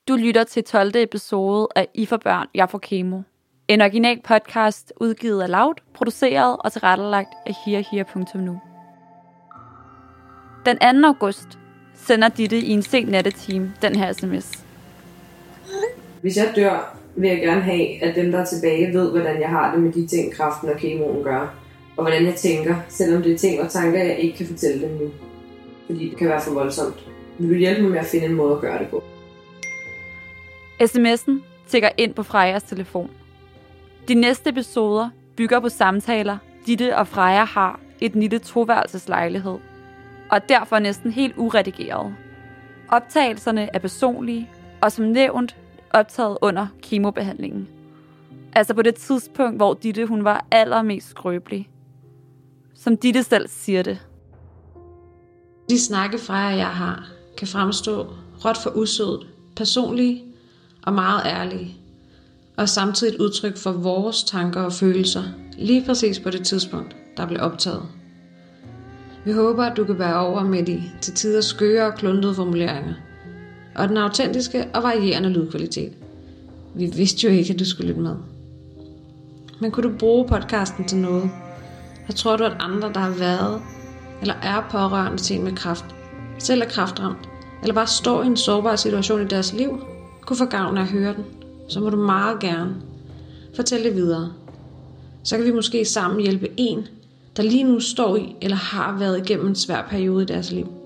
Du lytter til 12. episode af I for børn, jeg får kemo. En original podcast udgivet af Loud, produceret og tilrettelagt af HearHear.nu. Den 2. august sender Ditte i en sen nattetime den her sms. Hvis jeg dør, vil jeg gerne have, at dem, der er tilbage, ved, hvordan jeg har det med de ting, kræften og kemoen gør. Og hvordan jeg tænker, selvom det er ting og tanker, jeg ikke kan fortælle dem nu. Fordi det kan være for voldsomt. Vil du hjælpe mig med at finde en måde at gøre det på? SMS'en tikker ind på Frejas telefon. De næste episoder bygger på samtaler, Ditte og Freja har i den lille toværelseslejlighed, og derfor næsten helt uredigeret. Optagelserne er personlige, og som nævnt optaget under kemobehandlingen. Altså på det tidspunkt, hvor Ditte hun var allermest skrøbelig. Som Ditte selv siger det. De snakke Freja og jeg har, kan fremstå råt for usødet, personlige og meget ærlige, og samtidig et udtryk for vores tanker og følelser, lige præcis på det tidspunkt, der blev optaget. Vi håber, at du kan bære over med de til tider skøre og kluntede formuleringer, og den autentiske og varierende lydkvalitet. Vi vidste jo ikke, at du skulle lytte med. Men kunne du bruge podcasten til noget? Jeg tror du, at andre, der har været eller er pårørende til en med kræft, selv er kræftramt, eller bare står i en sårbar situation i deres liv, kunne få gavn af at høre den, så må du meget gerne fortælle det videre. Så kan vi måske sammen hjælpe en, der lige nu står i eller har været igennem en svær periode i deres liv.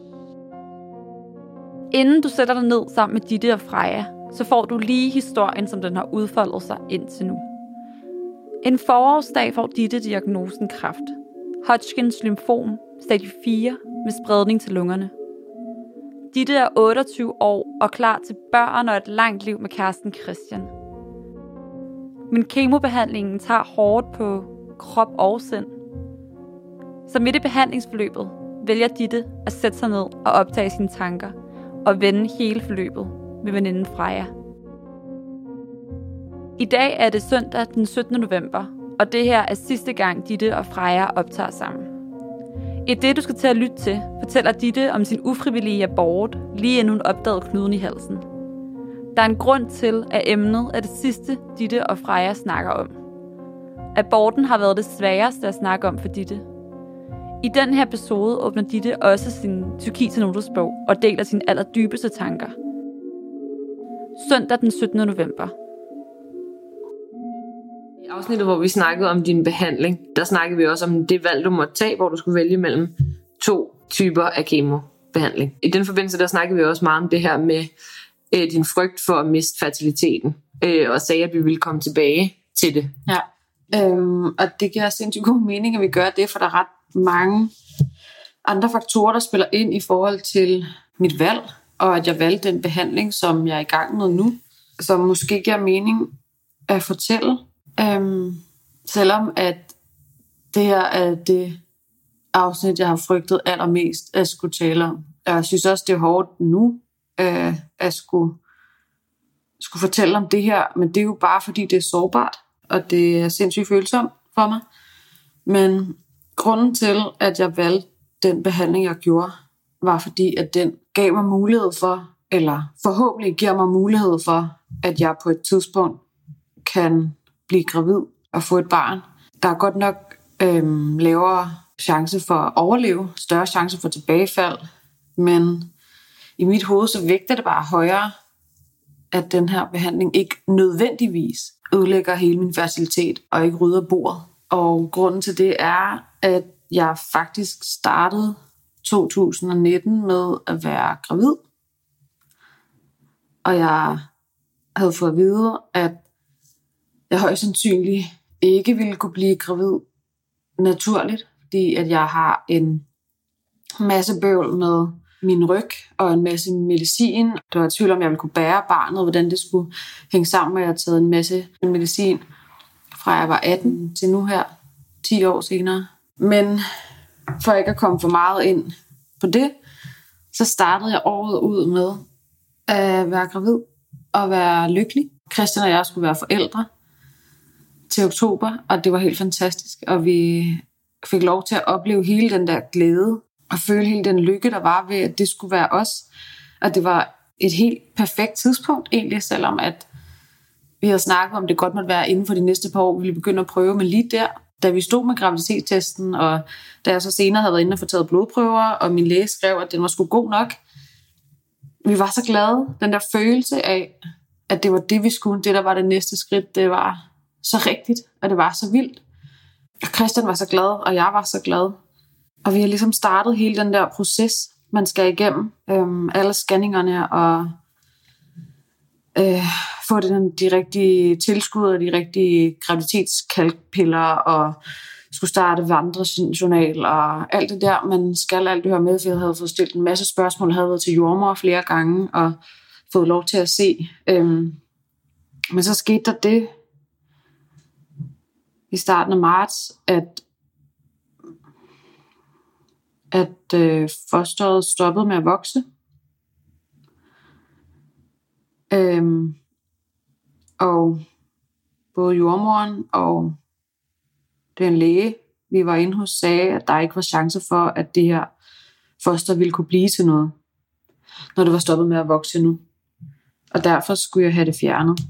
Inden du sætter dig ned sammen med Ditte og Freja, så får du lige historien, som den har udfoldet sig indtil nu. En forårsdag får Ditte diagnosen kræft. Hodgkins lymfom, stadie 4, med spredning til lungerne. Ditte er 28 år og klar til børn og et langt liv med kæresten Christian. Men kemobehandlingen tager hårdt på krop og sind. Så midt i behandlingsforløbet vælger Ditte at sætte sig ned og optage sine tanker og vende hele forløbet med veninden Freja. I dag er det søndag den 17. november, og det her er sidste gang Ditte og Freja optager sammen. I det, du skal til at lytte til, fortæller Ditte om sin ufrivillige abort, lige inden hun opdagede knuden i halsen. Der er en grund til, at emnet er det sidste, Ditte og Freja snakker om. Aborten har været det sværeste at snakke om for Ditte. I den her episode åbner Ditte også sin Tyrkiet-notesbog og deler sine allerdybeste tanker. Søndag den 17. november. I afsnittet, hvor vi snakkede om din behandling, der snakkede vi også om det valg, du måtte tage, hvor du skulle vælge mellem 2 typer af kemobehandling. I den forbindelse, der snakkede vi også meget om det her med din frygt for at miste fertiliteten, og sagde, at vi ville komme tilbage til det. Ja, og det giver sindssygt god mening, at vi gør det, for der er ret mange andre faktorer, der spiller ind i forhold til mit valg, og at jeg valgte den behandling, som jeg er i gang med nu, som måske giver mening at fortælle. Selvom at det her er det afsnit, jeg har frygtet allermest at skulle tale om. Jeg synes også, det er hårdt nu at skulle fortælle om det her, men det er jo bare fordi, det er sårbart, og det er sindssygt følsomt for mig. Men grunden til, at jeg valgte den behandling, jeg gjorde, var fordi, at den gav mig mulighed for, eller forhåbentlig giver mig mulighed for, at jeg på et tidspunkt kan blive gravid og få et barn. Der er godt nok lavere chance for at overleve, større chance for tilbagefald, men i mit hoved så vægter det bare højere, at den her behandling ikke nødvendigvis ødelægger hele min fertilitet og ikke rydder bordet. Og grunden til det er, at jeg faktisk startede 2019 med at være gravid, og jeg havde fået at vide, at jeg højst sandsynligt ikke ville kunne blive gravid naturligt, fordi at jeg har en masse bøvl med min ryg og en masse medicin. Der var i tvivl om, jeg ville kunne bære barnet, hvordan det skulle hænge sammen med, at jeg havde taget en masse medicin fra jeg var 18 til nu her, 10 år senere. Men for ikke at komme for meget ind på det, så startede jeg året ud med at være gravid og være lykkelig. Christian og jeg skulle være forældre til oktober, og det var helt fantastisk. Og vi fik lov til at opleve hele den der glæde og føle hele den lykke, der var ved, at det skulle være os. Og det var et helt perfekt tidspunkt egentlig, selvom at vi havde snakket om, det godt måtte være inden for de næste par år, vi ville begynde at prøve, men lige der, da vi stod med graviditetstesten, og da jeg så senere havde været inde og få taget blodprøver, og min læge skrev, at den var sgu god nok, vi var så glade. Den der følelse af, at det var det, vi skulle, det der var det næste skridt, det var så rigtigt, og det var så vildt. Og Christian var så glad, og jeg var så glad. Og vi har ligesom startet hele den der proces, man skal igennem. Alle scanningerne og få de rigtige tilskud og de rigtige graviditetskalkpiller og skulle starte vandrejournal og alt det der. Man skal alt det her med, for jeg havde fået stillet en masse spørgsmål, havde været til jordmor flere gange og fået lov til at se. Men så skete der det i starten af marts, at fosteret stoppede med at vokse. Og både jordmoren og den læge, vi var inde hos, sagde, at der ikke var chance for, at det her foster ville kunne blive til noget, når det var stoppet med at vokse nu. Og derfor skulle jeg have det fjernet.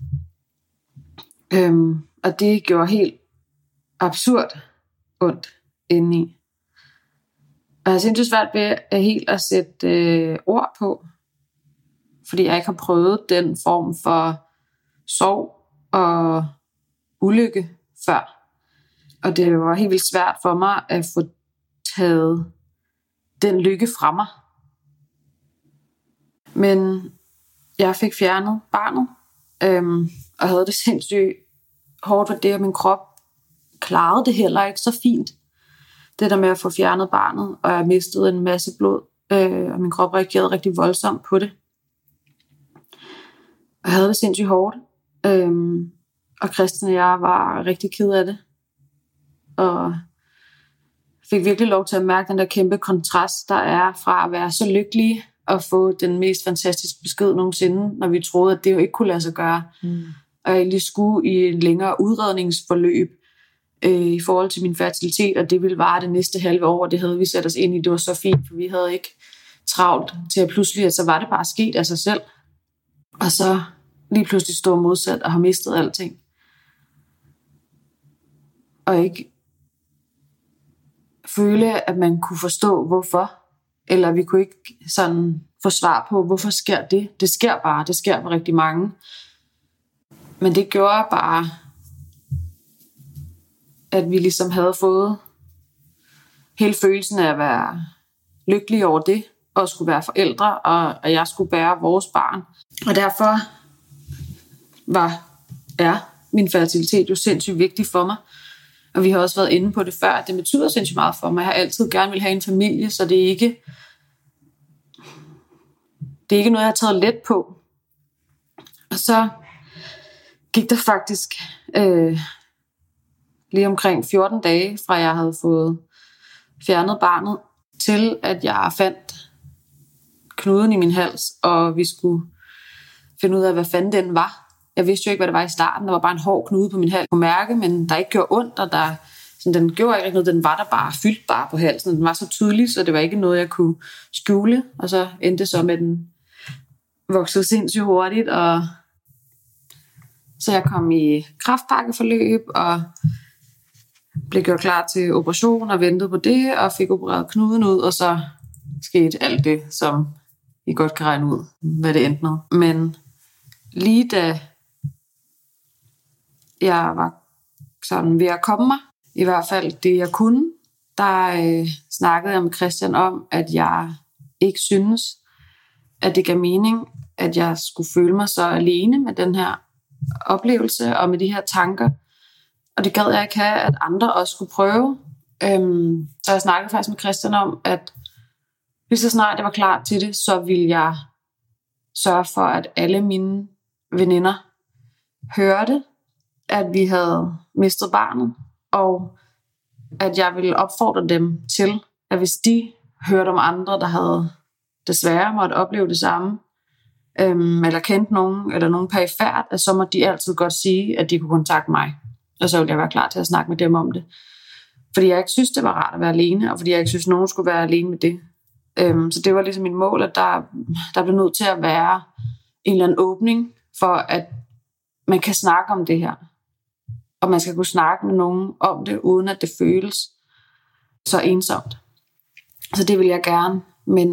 Og det gjorde helt absurd ondt indeni. Og jeg har sindssygt svært ved helt at sætte ord på, fordi jeg ikke har prøvet den form for sorg og ulykke før. Og det var helt vildt svært for mig at få taget den lykke fra mig. Men jeg fik fjernet barnet, og havde det sindssygt hårdt ved det, og min krop klarede det heller ikke så fint. Det der med at få fjernet barnet, og jeg mistede en masse blod, og min krop reagerede rigtig voldsomt på det. Og jeg havde det sindssygt hårdt. Og Christian og jeg var rigtig ked af det. Og fik virkelig lov til at mærke den der kæmpe kontrast, der er fra at være så lykkelig og få den mest fantastiske besked nogensinde, når vi troede, at det jo ikke kunne lade sig gøre. Og jeg egentlig skulle i en længere udredningsforløb i forhold til min fertilitet, og det ville vare det næste halve år, og det havde vi sat os ind i. Det var så fint, for vi havde ikke travlt til at pludselig, at så var det bare sket af sig selv. Og så lige pludselig stå modsat og har mistet alting. Og ikke føle, at man kunne forstå, hvorfor. Eller vi kunne ikke sådan få svar på, hvorfor sker det. Det sker bare. Det sker for rigtig mange. Men det gjorde bare, at vi ligesom havde fået hele følelsen af at være lykkelig over det, og skulle være forældre, og at jeg skulle bære vores barn. Og derfor er min fertilitet jo sindssygt vigtig for mig. Og vi har også været inde på det før, at det betyder sindssygt meget for mig. Jeg har altid gerne vil have en familie, så det er ikke noget, jeg har taget let på. Og så gik der faktisk lige omkring 14 dage, fra jeg havde fået fjernet barnet, til at jeg fandt knuden i min hals, og vi skulle finde ud af, hvad fanden den var. Jeg vidste jo ikke, hvad det var i starten. Der var bare en hård knude på min hals. Jeg kunne mærke, men der ikke gjorde ondt, og den gjorde ikke noget. Den var der bare, fyldt bare på halsen. Den var så tydelig, så det var ikke noget, jeg kunne skjule. Og så endte det så med, den voksede sindssygt hurtigt, og så jeg kom i kræftpakkeforløb, og blev gjort klar til operation, og ventede på det, og fik opereret knuden ud, og så skete alt det, som I godt kan regne ud, hvad det endte med. Men lige da jeg var sådan ved at komme mig, i hvert fald det jeg kunne, der snakkede jeg med Christian om, at jeg ikke synes, at det gav mening, at jeg skulle føle mig så alene med den her oplevelse og med de her tanker. Og det gad jeg ikke have, at andre også skulle prøve. Så jeg snakkede faktisk med Christian om, at lige så snart jeg var klar til det, så ville jeg sørge for, at alle mine veninder hørte, at vi havde mistet barnet, og at jeg ville opfordre dem til, at hvis de hørte om andre, der havde desværre måtte opleve det samme, eller kendte nogen, eller nogen perifært, at så må de altid godt sige, at de kunne kontakte mig. Og så ville jeg være klar til at snakke med dem om det. Fordi jeg ikke synes, det var rart at være alene, og fordi jeg ikke synes, nogen skulle være alene med det. Så det var ligesom min mål, at der blev nødt til at være en eller anden åbning for, at man kan snakke om det her. Og man skal kunne snakke med nogen om det, uden at det føles så ensomt. Så det vil jeg gerne. Men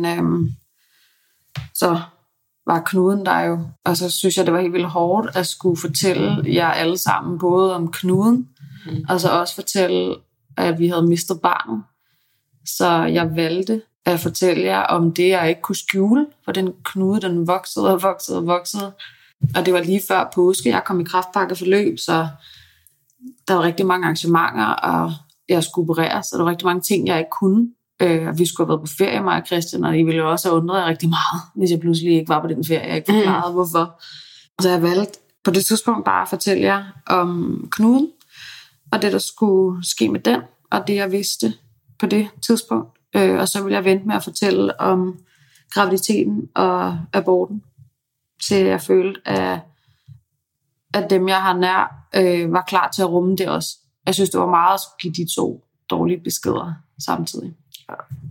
så var knuden der jo. Og så synes jeg, det var helt vildt hårdt at skulle fortælle jer alle sammen, både om knuden, og så også fortælle, at vi havde mistet barnet. Så jeg valgte at fortælle jer om det, jeg ikke kunne skjule, for den knude, den voksede og voksede og voksede. Og det var lige før påske, jeg kom i kræftpakkeforløb, så der var rigtig mange arrangementer, og jeg skulle opereres, så der var rigtig mange ting, jeg ikke kunne. Vi skulle have været på ferie, mig og Christian, og I ville jo også have undret jer rigtig meget, hvis jeg pludselig ikke var på den ferie. Jeg ikke forklarede, hvorfor. Så jeg valgte på det tidspunkt bare at fortælle jer om knuden, og det, der skulle ske med den, og det, jeg vidste på det tidspunkt. Og så ville jeg vente med at fortælle om graviditeten og aborten, til jeg følte, at dem, jeg har nær, var klar til at rumme det også. Jeg synes, det var meget at give de to dårlige beskeder samtidig. Ja.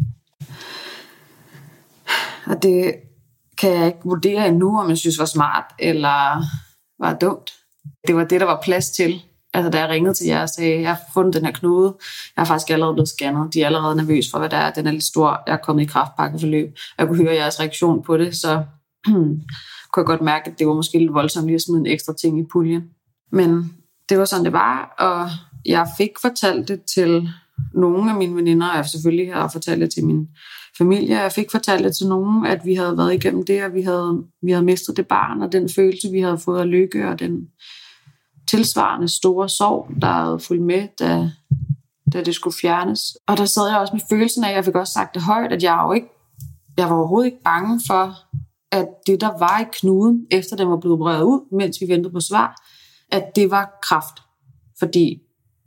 Og det kan jeg ikke vurdere endnu, om jeg synes var smart eller var dumt. Det var det, der var plads til. Altså, da jeg ringede til jer og sagde, jeg har fundet den her knude, jeg har faktisk allerede blevet scannet. De er allerede nervøse for, hvad det er. Den er lidt stor. Jeg er kommet i kræftpakkeforløb. Jeg kunne høre jeres reaktion på det, så kunne jeg godt mærke, at det var måske lidt voldsomt lige at smide en ekstra ting i puljen. Men det var sådan, det var, og jeg fik fortalt det til nogle af mine veninder, og jeg selvfølgelig har fortalt det til min familie. Jeg fik fortalt det til nogen, at vi havde været igennem det, og vi havde mistet det barn, og den følelse, vi havde fået af lykke, og den tilsvarende store sorg, der havde fulgt med, da det skulle fjernes. Og der sad jeg også med følelsen af, jeg fik også sagt det højt, at jeg var overhovedet ikke bange for, at det, der var i knuden, efter den var blevet opereret ud, mens vi ventede på svar, at det var kræft. Fordi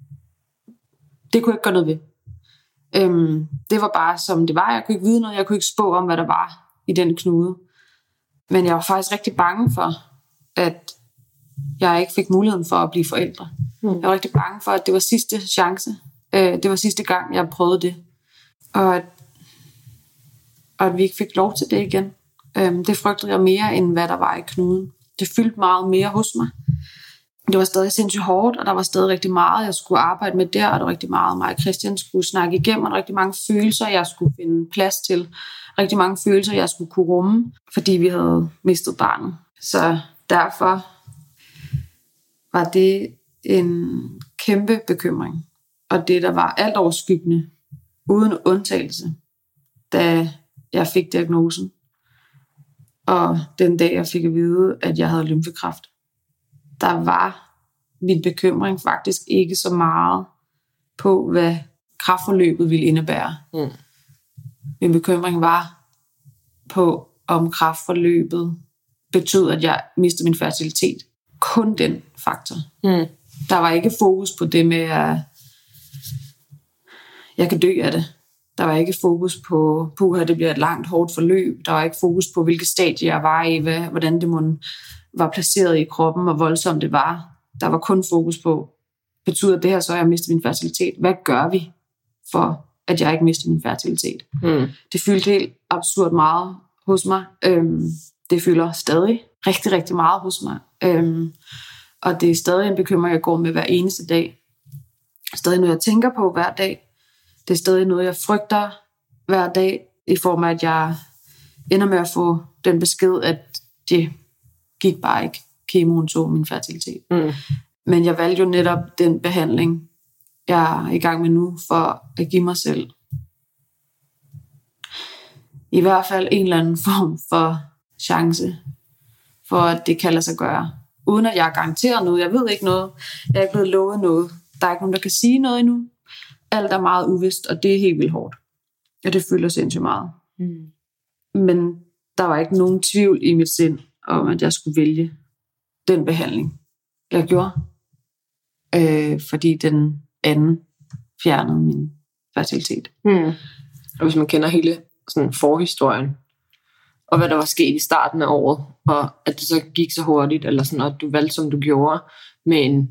det kunne jeg ikke gøre noget ved. Det var bare, som det var. Jeg kunne ikke vide noget. Jeg kunne ikke spå om, hvad der var i den knude. Men jeg var faktisk rigtig bange for, at jeg ikke fik muligheden for at blive forældre. Jeg var rigtig bange for, at det var sidste chance. Det var sidste gang, jeg prøvede det. Og at vi ikke fik lov til det igen. Det frygtede jeg mere, end hvad der var i knuden. Det fyldte meget mere hos mig. Det var stadig sindssygt hårdt, og der var stadig rigtig meget, jeg skulle arbejde med der, og der var rigtig meget, mig og Christian skulle snakke igennem, og der var rigtig mange følelser, jeg skulle finde plads til. Rigtig mange følelser, jeg skulle kunne rumme, fordi vi havde mistet barnet. Så derfor var det en kæmpe bekymring. Og det, der var alt overskyggende, uden undtagelse, da jeg fik diagnosen. Og den dag, jeg fik at vide, at jeg havde lymfekræft, der var min bekymring faktisk ikke så meget på, hvad kræftforløbet ville indebære. Min bekymring var på, om kræftforløbet betød, at jeg mistede min fertilitet. Kun den faktor. Der var ikke fokus på det med, at jeg kan dø af det. Der var ikke fokus på, at det bliver et langt, hårdt forløb. Der var ikke fokus på, hvilke stadier jeg var i, hvordan det var placeret i kroppen, hvor voldsomt det var. Der var kun fokus på, betyder det her så, at jeg mister min fertilitet? Hvad gør vi for, at jeg ikke mister min fertilitet? Det fyldte helt absurd meget hos mig. Det fylder stadig rigtig, rigtig meget hos mig. Og det er stadig en bekymring, jeg går med hver eneste dag. Stadig noget, jeg tænker på hver dag. Det er stadig noget, jeg frygter hver dag, i form af, at jeg ender med at få den besked, at det gik bare ikke. Kemoen tog min fertilitet. Men jeg valgte jo netop den behandling, jeg er i gang med nu, for at give mig selv i hvert fald en eller anden form for chance, for at det kan lade sig gøre. Uden at jeg garanterer noget. Jeg ved ikke noget. Jeg er ikke blevet lovet noget. Der er ikke nogen, der kan sige noget endnu. Alt er meget uvist, og det er helt vildt hårdt. Og det fylder sindssygt meget. Men der var ikke nogen tvivl i mit sind om, at jeg skulle vælge den behandling, jeg gjorde. Fordi den anden fjernede min fertilitet. Og hvis man kender hele sådan forhistorien, og hvad der var sket i starten af året, og at det så gik så hurtigt, eller sådan, og du valgte, som du gjorde, med en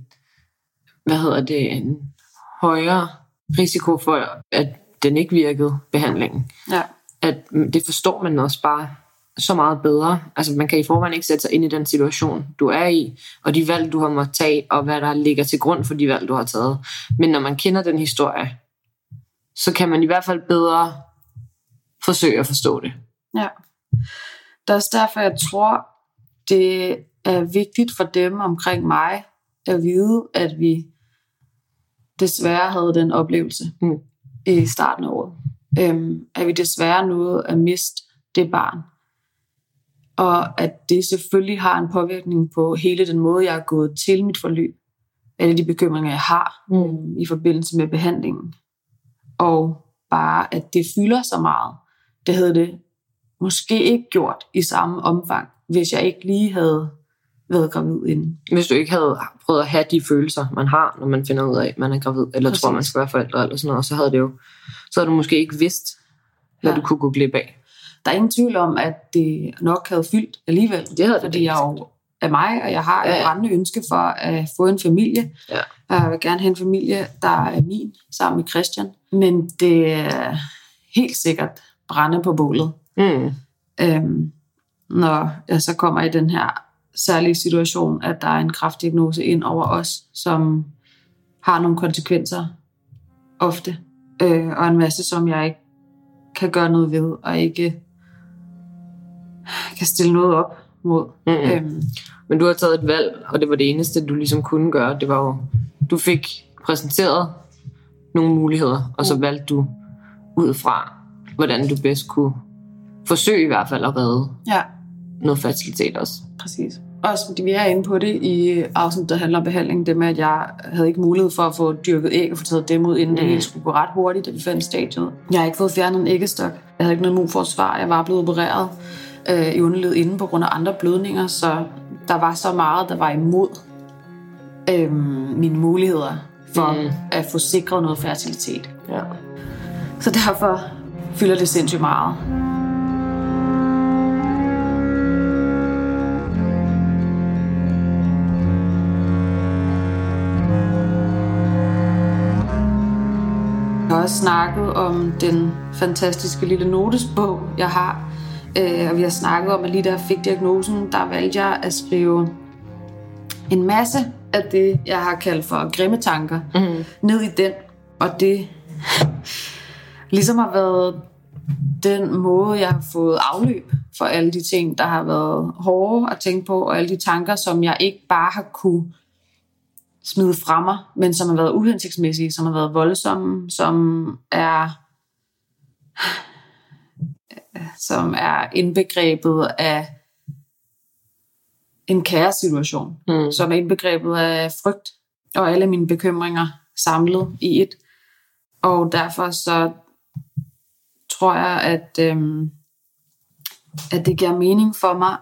højere risiko for, at den ikke virkede, behandlingen. Ja. at det forstår man også bare så meget bedre. Altså man kan i forvejen ikke sætte sig ind i den situation, du er i, og de valg, du har måttet tage, og hvad der ligger til grund for de valg, du har taget. Men når man kender den historie, så kan man i hvert fald bedre forsøge at forstå det. Ja. Det er også derfor, jeg tror, det er vigtigt for dem omkring mig at vide, at vi desværre havde den oplevelse i starten af året. At vi desværre nåede at miste det barn. Og at det selvfølgelig har en påvirkning på hele den måde, jeg er gået til mit forløb. Alle de bekymringer, jeg har i forbindelse med behandlingen. Og bare, at det fylder så meget. Det havde det måske ikke gjort i samme omfang, hvis jeg ikke lige havde været gravid inden. Hvis du ikke havde prøvet at have de følelser, man har, når man finder ud af, at man er gravid, eller tror, man skal være forældre, eller sådan noget, så havde du måske ikke vidst, hvad du kunne gå glip af. Der er ingen tvivl om, at det nok havde fyldt alligevel. Det havde fordi jeg jo er mig, og jeg har et brændende ønske for at få en familie. Ja. Jeg vil gerne have en familie, der er min, sammen med Christian. Men det er helt sikkert brænde på bålet. Når jeg så kommer i den her særlige situation, at der er en kræftdiagnose ind over os, som har nogle konsekvenser ofte. Og en masse, som jeg ikke kan gøre noget ved, og ikke kan stille noget op mod. Men du har taget et valg, og det var det eneste, du ligesom kunne gøre. Det var jo, du fik præsenteret nogle muligheder, og så valgte du ud fra, hvordan du bedst kunne forsøge i hvert fald at redde noget fertilitet også. Præcis. Også fordi vi er inde på det i afsnit, der handler om behandling, det med, at jeg havde ikke mulighed for at få dyrket æg og få taget dem ud, inden det hele skulle gå ret hurtigt, da vi fandt stadiet. Jeg har ikke fået fjernet en æggestok. Jeg havde ikke noget immunforsvar. Jeg var blevet opereret i underlivet inden på grund af andre blødninger, så der var så meget, der var imod mine muligheder for at få sikret noget fertilitet. Ja. Så derfor fylder det sindssygt meget. Jeg har også snakket om den fantastiske lille notesbog, jeg har. Og vi har snakket om, at lige da jeg fik diagnosen, der valgte jeg at skrive en masse af det, jeg har kaldt for grimme tanker, ned i den. Og det ligesom har været den måde, jeg har fået afløb for alle de ting, der har været hårde at tænke på, og alle de tanker, som jeg ikke bare har kunne smide fra mig, men som har været uhensigtsmæssige, som har været voldsomme, som er indbegrebet af en kaossituation, som er indbegrebet af frygt, og alle mine bekymringer samlet i et. Og derfor så tror jeg, at det giver mening for mig,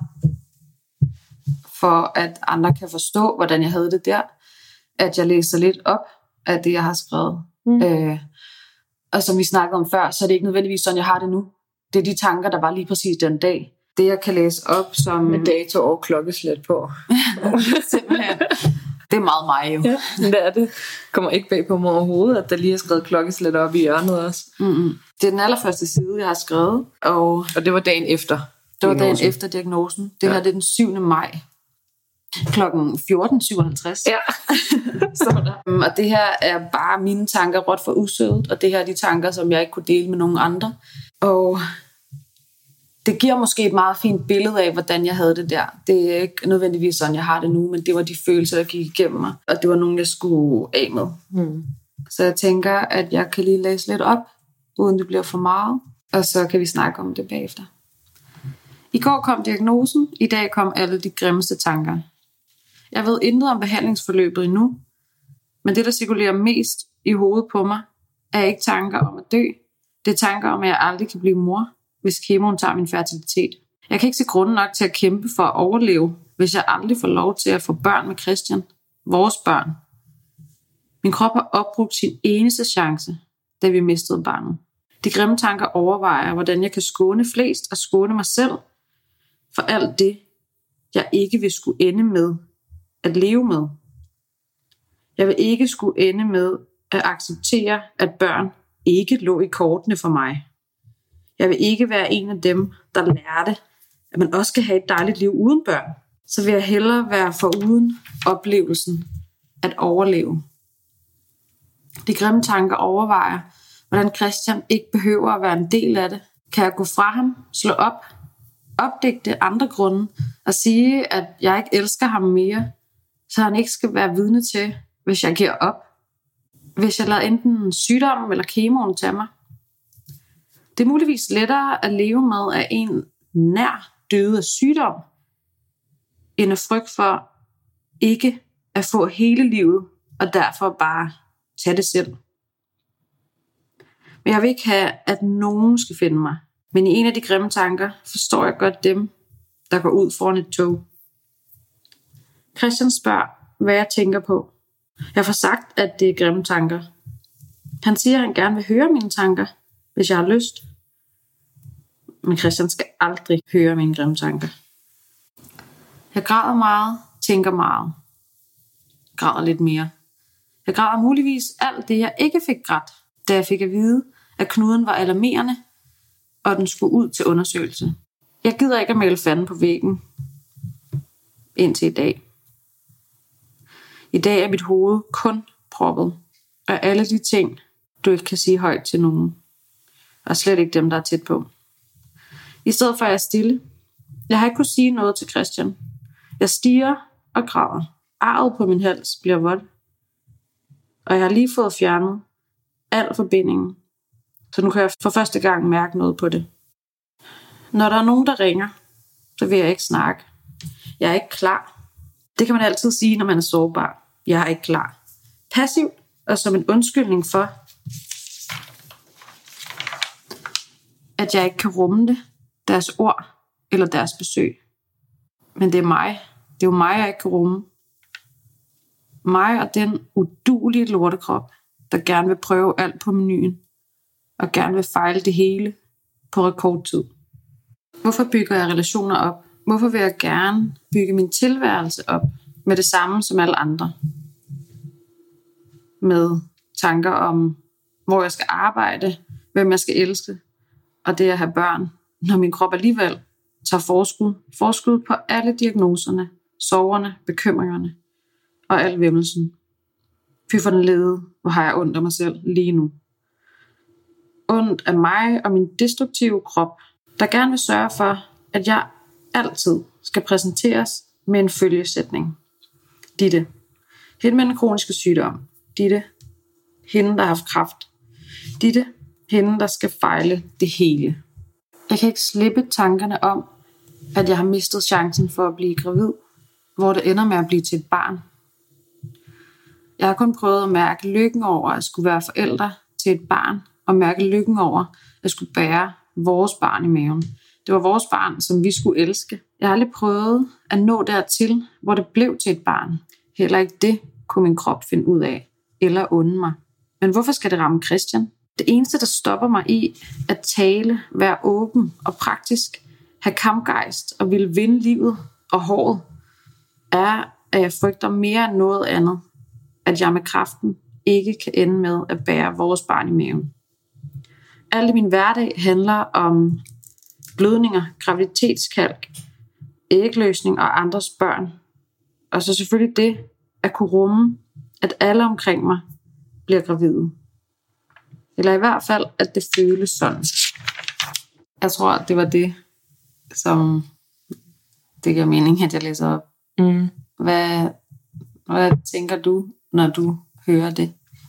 for at andre kan forstå, hvordan jeg havde det der, at jeg læser lidt op af det, jeg har skrevet. Og som vi snakkede om før, så er det ikke nødvendigvis sådan, jeg har det nu. Det er de tanker, der var lige præcis den dag. Det, jeg kan læse op som... Med dato og klokkeslæt på. Simpelthen. Det er meget mig jo. Ja, det er det. Kommer ikke bag på mig overhovedet, at der lige er skrevet klokkeslæt op i hjørnet også. Det er den allerførste side, jeg har skrevet. Og det var dagen efter. Det var dagen efter diagnosen. Det her det er den 7. maj. Klokken 14.57. Ja. Og det her er bare mine tanker råt for usødet, og det her er de tanker, som jeg ikke kunne dele med nogen andre. Og det giver måske et meget fint billede af, hvordan jeg havde det der. Det er ikke nødvendigvis sådan, jeg har det nu, men det var de følelser, der gik igennem mig, og det var nogen, jeg skulle af med. Så jeg tænker, at jeg kan lige læse lidt op, uden det bliver for meget, og så kan vi snakke om det bagefter. I går kom diagnosen, i dag kom alle de grimmeste tanker. Jeg ved intet om behandlingsforløbet endnu, men det, der cirkulerer mest i hovedet på mig, er ikke tanker om at dø. Det er tanker om, at jeg aldrig kan blive mor, hvis kemoen tager min fertilitet. Jeg kan ikke se grunden nok til at kæmpe for at overleve, hvis jeg aldrig får lov til at få børn med Christian. Vores børn. Min krop har opbrugt sin eneste chance, da vi mistede barnet. De grimme tanker overvejer, hvordan jeg kan skåne flest og skåne mig selv for alt det, jeg ikke vil skulle ende med at leve med. Jeg vil ikke skulle ende med at acceptere, at børn ikke lå i kortene for mig. Jeg vil ikke være en af dem, der lærte, at man også skal have et dejligt liv uden børn. Så vil jeg hellere være foruden oplevelsen at overleve. De grimme tanker overvejer, hvordan Christian ikke behøver at være en del af det. Kan jeg gå fra ham, slå op, opdigte andre grunde og sige, at jeg ikke elsker ham mere, så han ikke skal være vidne til, hvis jeg giver op. Hvis jeg lader enten sygdommen eller kemoen tage mig. Det er muligvis lettere at leve med, at en nær døde af sygdom, end af frygt for ikke at få hele livet, og derfor bare tage det selv. Men jeg vil ikke have, at nogen skal finde mig. Men i en af de grimme tanker forstår jeg godt dem, der går ud foran et tog. Christian spørger, hvad jeg tænker på. Jeg får sagt, at det er grimme tanker. Han siger, at han gerne vil høre mine tanker, hvis jeg har lyst. Men Christian skal aldrig høre mine grimme tanker. Jeg græder meget, tænker meget. Græder lidt mere. Jeg græder muligvis alt det, jeg ikke fik grædt, da jeg fik at vide, at knuden var alarmerende, og den skulle ud til undersøgelse. Jeg gider ikke at male fanden på væggen indtil i dag. I dag er mit hoved kun proppet af alle de ting, du ikke kan sige højt til nogen, og slet ikke dem, der er tæt på. I stedet for at jeg er stille. Jeg har ikke kunnet sige noget til Christian. Jeg stiger og græder. Arret på min hals bliver vådt. Og jeg har lige fået fjernet al forbindingen. Så nu kan jeg for første gang mærke noget på det. Når der er nogen, der ringer, så vil jeg ikke snakke. Jeg er ikke klar. Det kan man altid sige, når man er sårbar. Jeg er ikke klar. Passivt og som en undskyldning for, at jeg ikke kan rumme det, deres ord eller deres besøg. Men det er mig. Det er jo mig, jeg ikke kan rumme. Mig og den uduelige lortekrop, der gerne vil prøve alt på menuen, og gerne vil fejle det hele på rekordtid. Hvorfor bygger jeg relationer op? Hvorfor vil jeg gerne bygge min tilværelse op med det samme som alle andre? Med tanker om, hvor jeg skal arbejde, hvem jeg skal elske, og det at have børn, når min krop alligevel tager forskud på alle diagnoserne, sorgerne, bekymringerne og al væmmelsen. Fy for den lede, hvor har jeg ondt af mig selv lige nu. Ondt af mig og min destruktive krop, der gerne vil sørge for, at jeg altid skal præsenteres med en følgesætning. Ditte. Hende med den kroniske sygdom. Ditte. Hende, der har haft kræft. Ditte. Hende, der skal fejle det hele. Jeg kan ikke slippe tankerne om, at jeg har mistet chancen for at blive gravid, hvor det ender med at blive til et barn. Jeg har kun prøvet at mærke lykken over at skulle være forældre til et barn, og mærke lykken over at skulle bære vores barn i maven. Det var vores barn, som vi skulle elske. Jeg har aldrig prøvet at nå dertil, hvor det blev til et barn. Heller ikke det kunne min krop finde ud af, eller unde mig. Men hvorfor skal det ramme Christian? Det eneste, der stopper mig i at tale, være åben og praktisk, have kampgejst og ville vinde livet og håret, er, at jeg frygter mere end noget andet, at jeg med kraften ikke kan ende med at bære vores barn i maven. Alt i min hverdag handler om blødninger, graviditetskalk, ægløsning og andres børn. Og så selvfølgelig det at kunne rumme, at alle omkring mig bliver gravide. Eller i hvert fald, at det føles sådan. Jeg tror, det var det, som det giver mening, at jeg læser op. Mm. Hvad tænker du, når du hører det?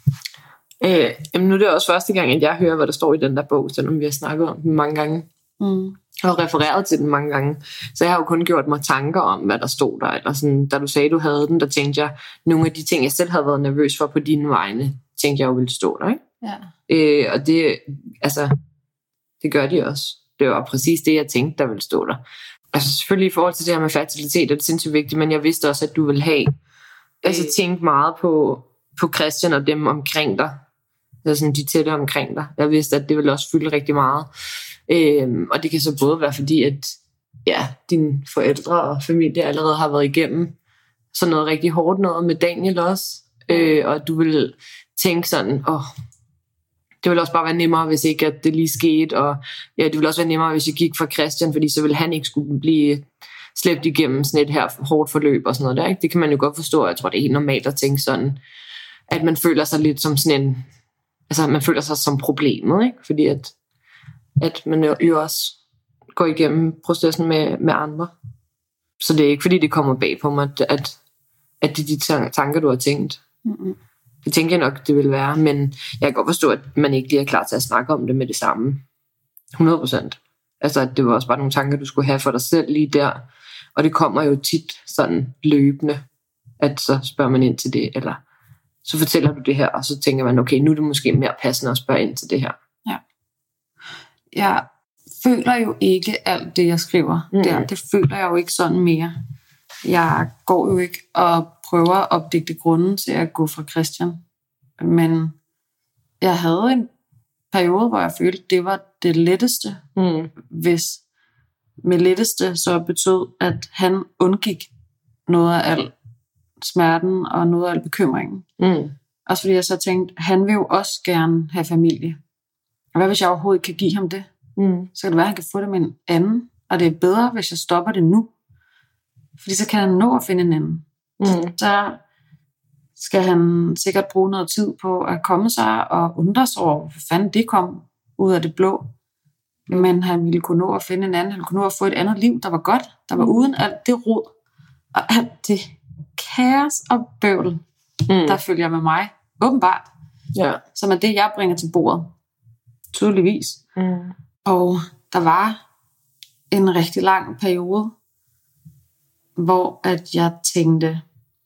Nu er det også første gang, at jeg hører, hvad der står i den der bog, selvom vi har snakket om den mange gange. Og refereret til den mange gange. Så jeg har jo kun gjort mig tanker om, hvad der stod der. Eller sådan, da du sagde, du havde den, der tænkte jeg, nogle af de ting, jeg selv havde været nervøs for på dine vegne, tænkte jeg jo ville stå der, ikke? Ja. Og det, altså, det gør de også. Det var præcis det, jeg tænkte, der ville stå der. Altså selvfølgelig i forhold til det her med fertilitet, er det sindssygt vigtigt, men jeg vidste også, at du ville have, altså tænkt meget på Christian og dem omkring dig. Altså sådan de tætte omkring dig. Jeg vidste, at det ville også fylde rigtig meget. Og det kan så både være fordi, at ja, dine forældre og familie allerede har været igennem sådan noget rigtig hårdt noget med Daniel også. Og du vil tænke sådan, det det ville også bare være nemmere, hvis ikke at det lige skete, og ja, det ville også være nemmere, hvis jeg gik fra Christian, fordi så ville han ikke skulle blive slæbt igennem sådan et her hårdt forløb og sådan noget der, ikke? Det kan man jo godt forstå, jeg tror, det er helt normalt at tænke sådan, at man føler sig lidt som sådan en, altså man føler sig som problemet, ikke? Fordi at man jo også går igennem processen med andre. Så det er ikke, fordi det kommer bag på mig, at det er de tanker, du har tænkt. Mm-hmm. Det tænker jeg nok, det vil være, men jeg kan godt forstå, at man ikke lige er klar til at snakke om det med det samme. 100%. Altså, at det var også bare nogle tanker, du skulle have for dig selv lige der. Og det kommer jo tit sådan løbende, at så spørger man ind til det, eller så fortæller du det her, og så tænker man, okay, nu er det måske mere passende at spørge ind til det her. Ja. Jeg føler jo ikke alt det, jeg skriver der. Det føler jeg jo ikke sådan mere. Jeg går jo ikke og prøver at opdigte grunden til at gå fra Christian. Men jeg havde en periode, hvor jeg følte, det var det letteste. Hvis med letteste så betød, at han undgik noget af al smerten og noget af al bekymringen. Også fordi jeg så tænkte, han vil jo også gerne have familie. Og hvad hvis jeg overhovedet ikke kan give ham det? Så kan det være, at han kan få det med en anden. Og det er bedre, hvis jeg stopper det nu. Fordi så kan han nå at finde en anden. Så skal han sikkert bruge noget tid på at komme sig og undre sig over, hvor fanden det kom ud af det blå. Men han ville kunne nå at finde en anden. Han kunne nå at få et andet liv, der var godt. Der var uden alt det rod. Og alt det kaos og bøvl, der følger med mig. Åbenbart. Ja. Som er det, jeg bringer til bordet. Tydeligvis. Og der var en rigtig lang periode, hvor at jeg tænkte,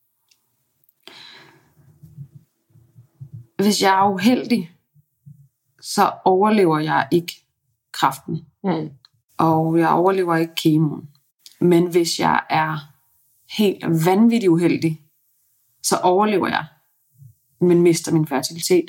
hvis jeg er uheldig, så overlever jeg ikke kræften. Og jeg overlever ikke kemoen. Men hvis jeg er helt vanvittigt uheldig, så overlever jeg, men mister min fertilitet.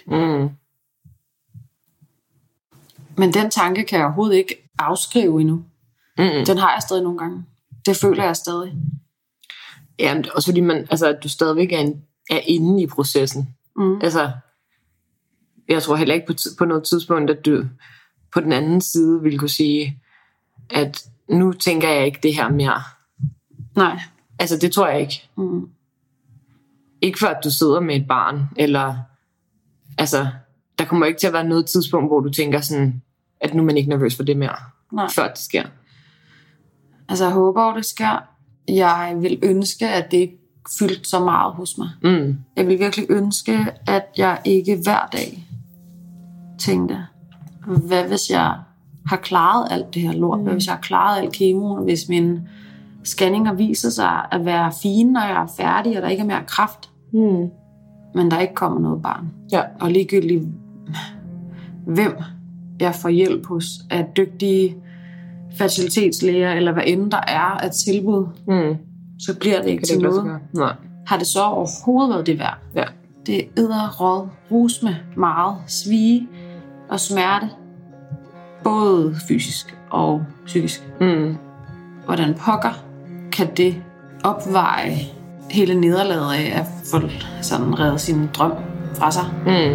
Men den tanke kan jeg overhovedet ikke afskrive endnu. Den har jeg stadig nogle gange. Det føler jeg stadig. Ja, også fordi at du stadigvæk er inde i processen. Altså, jeg tror heller ikke på noget tidspunkt, at du på den anden side ville kunne sige, at nu tænker jeg ikke det her mere. Nej. Altså, det tror jeg ikke. Ikke for, at du sidder med et barn, eller altså, der kommer ikke til at være noget tidspunkt, hvor du tænker sådan, at nu er man ikke nervøs for det mere. Nej. Før det sker. Altså, jeg håber, det sker. Jeg vil ønske, at det ikke fyldte så meget hos mig. Jeg vil virkelig ønske, at jeg ikke hver dag tænkte, hvad hvis jeg har klaret alt det her lort? Hvad hvis jeg har klaret alt kemoen? Hvis mine scanninger viser sig at være fine, når jeg er færdig, og der ikke er mere kræft. Men der ikke kommer noget barn. Ja. Og ligegyldigt hvem jeg får hjælp hos af dygtige fertilitetslæger, eller hvad end der er af tilbud, så bliver det ikke til noget. Nej. Har det så overhovedet været det værd? Ja. Det er edderråd, rusme meget, svie og smerte, både fysisk og psykisk. Hvordan pokker kan det opveje hele nederlaget af at få sådan reddet sin drøm fra sig?